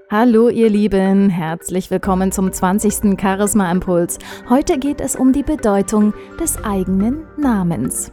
Hallo ihr Lieben, herzlich willkommen zum 20. Charisma-Impuls. Heute geht es um die Bedeutung des eigenen Namens.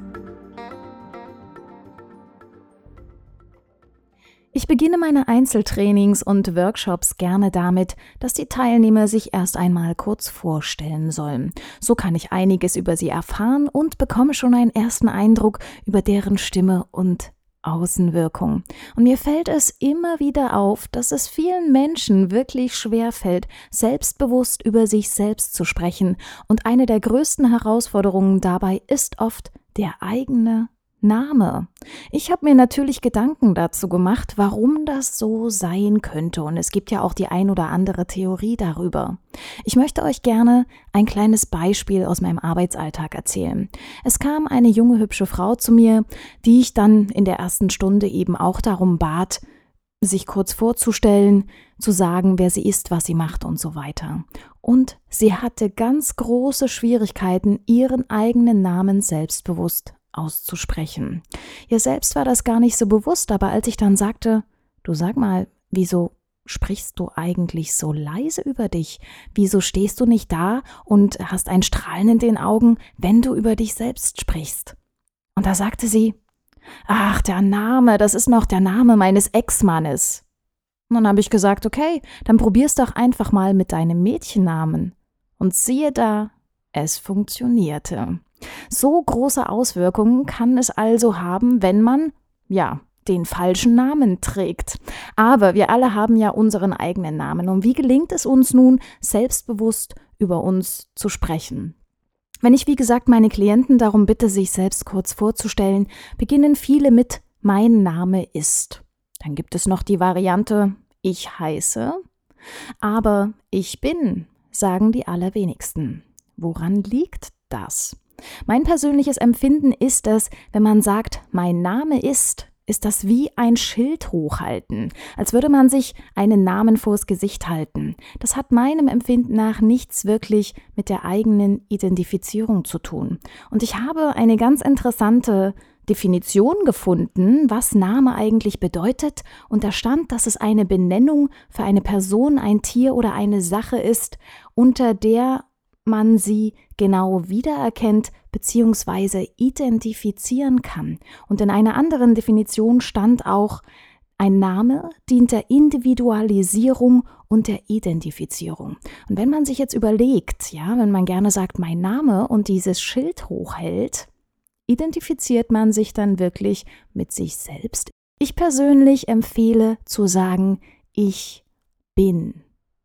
Ich beginne meine Einzeltrainings und Workshops gerne damit, dass die Teilnehmer sich erst einmal kurz vorstellen sollen. So kann ich einiges über sie erfahren und bekomme schon einen ersten Eindruck über deren Stimme und Außenwirkung. Und mir fällt es immer wieder auf, dass es vielen Menschen wirklich schwer fällt, selbstbewusst über sich selbst zu sprechen. Und eine der größten Herausforderungen dabei ist oft der eigene Name. Ich habe mir natürlich Gedanken dazu gemacht, warum das so sein könnte. Und es gibt ja auch die ein oder andere Theorie darüber. Ich möchte euch gerne ein kleines Beispiel aus meinem Arbeitsalltag erzählen. Es kam eine junge, hübsche Frau zu mir, die ich dann in der ersten Stunde eben auch darum bat, sich kurz vorzustellen, zu sagen, wer sie ist, was sie macht und so weiter. Und sie hatte ganz große Schwierigkeiten, ihren eigenen Namen selbstbewusst auszusprechen. Ihr selbst war das gar nicht so bewusst, aber als ich dann sagte, du sag mal, wieso sprichst du eigentlich so leise über dich? Wieso stehst du nicht da und hast ein Strahlen in den Augen, wenn du über dich selbst sprichst? Und da sagte sie, ach, der Name, das ist noch der Name meines Ex-Mannes. Und dann habe ich gesagt, okay, dann probier's doch einfach mal mit deinem Mädchennamen. Und siehe da, es funktionierte. So große Auswirkungen kann es also haben, wenn man, den falschen Namen trägt. Aber wir alle haben ja unseren eigenen Namen. Und wie gelingt es uns nun, selbstbewusst über uns zu sprechen? Wenn ich, wie gesagt, meine Klienten darum bitte, sich selbst kurz vorzustellen, beginnen viele mit »Mein Name ist«. Dann gibt es noch die Variante »Ich heiße«, aber »Ich bin« sagen die allerwenigsten. Woran liegt das? Mein persönliches Empfinden ist es, wenn man sagt, mein Name ist das wie ein Schild hochhalten, als würde man sich einen Namen vors Gesicht halten. Das hat meinem Empfinden nach nichts wirklich mit der eigenen Identifizierung zu tun. Und ich habe eine ganz interessante Definition gefunden, was Name eigentlich bedeutet, und da stand, dass es eine Benennung für eine Person, ein Tier oder eine Sache ist, unter der man sie genau wiedererkennt bzw. identifizieren kann. Und in einer anderen Definition stand auch, ein Name dient der Individualisierung und der Identifizierung. Und wenn man sich jetzt überlegt, wenn man gerne sagt, mein Name und dieses Schild hochhält, identifiziert man sich dann wirklich mit sich selbst? Ich persönlich empfehle zu sagen, ich bin.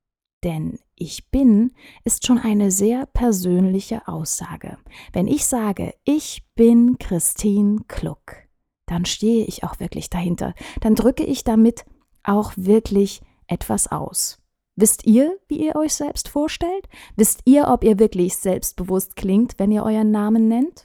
Denn ich bin ist schon eine sehr persönliche Aussage. Wenn ich sage, ich bin Christine Kluck, dann stehe ich auch wirklich dahinter. Dann drücke ich damit auch wirklich etwas aus. Wisst ihr, wie ihr euch selbst vorstellt? Wisst ihr, ob ihr wirklich selbstbewusst klingt, wenn ihr euren Namen nennt?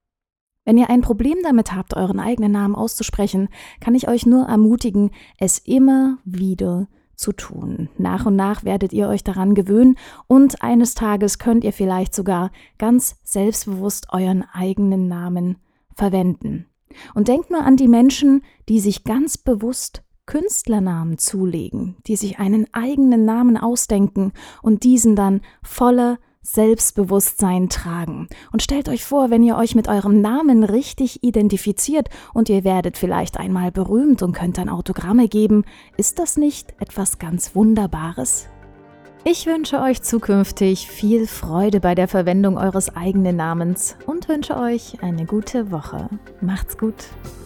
Wenn ihr ein Problem damit habt, euren eigenen Namen auszusprechen, kann ich euch nur ermutigen, es immer wieder zu tun. Nach und nach werdet ihr euch daran gewöhnen und eines Tages könnt ihr vielleicht sogar ganz selbstbewusst euren eigenen Namen verwenden. Und denkt nur an die Menschen, die sich ganz bewusst Künstlernamen zulegen, die sich einen eigenen Namen ausdenken und diesen dann voller Selbstbewusstsein tragen. Und stellt euch vor, wenn ihr euch mit eurem Namen richtig identifiziert und ihr werdet vielleicht einmal berühmt und könnt dann Autogramme geben, ist das nicht etwas ganz Wunderbares? Ich wünsche euch zukünftig viel Freude bei der Verwendung eures eigenen Namens und wünsche euch eine gute Woche. Macht's gut!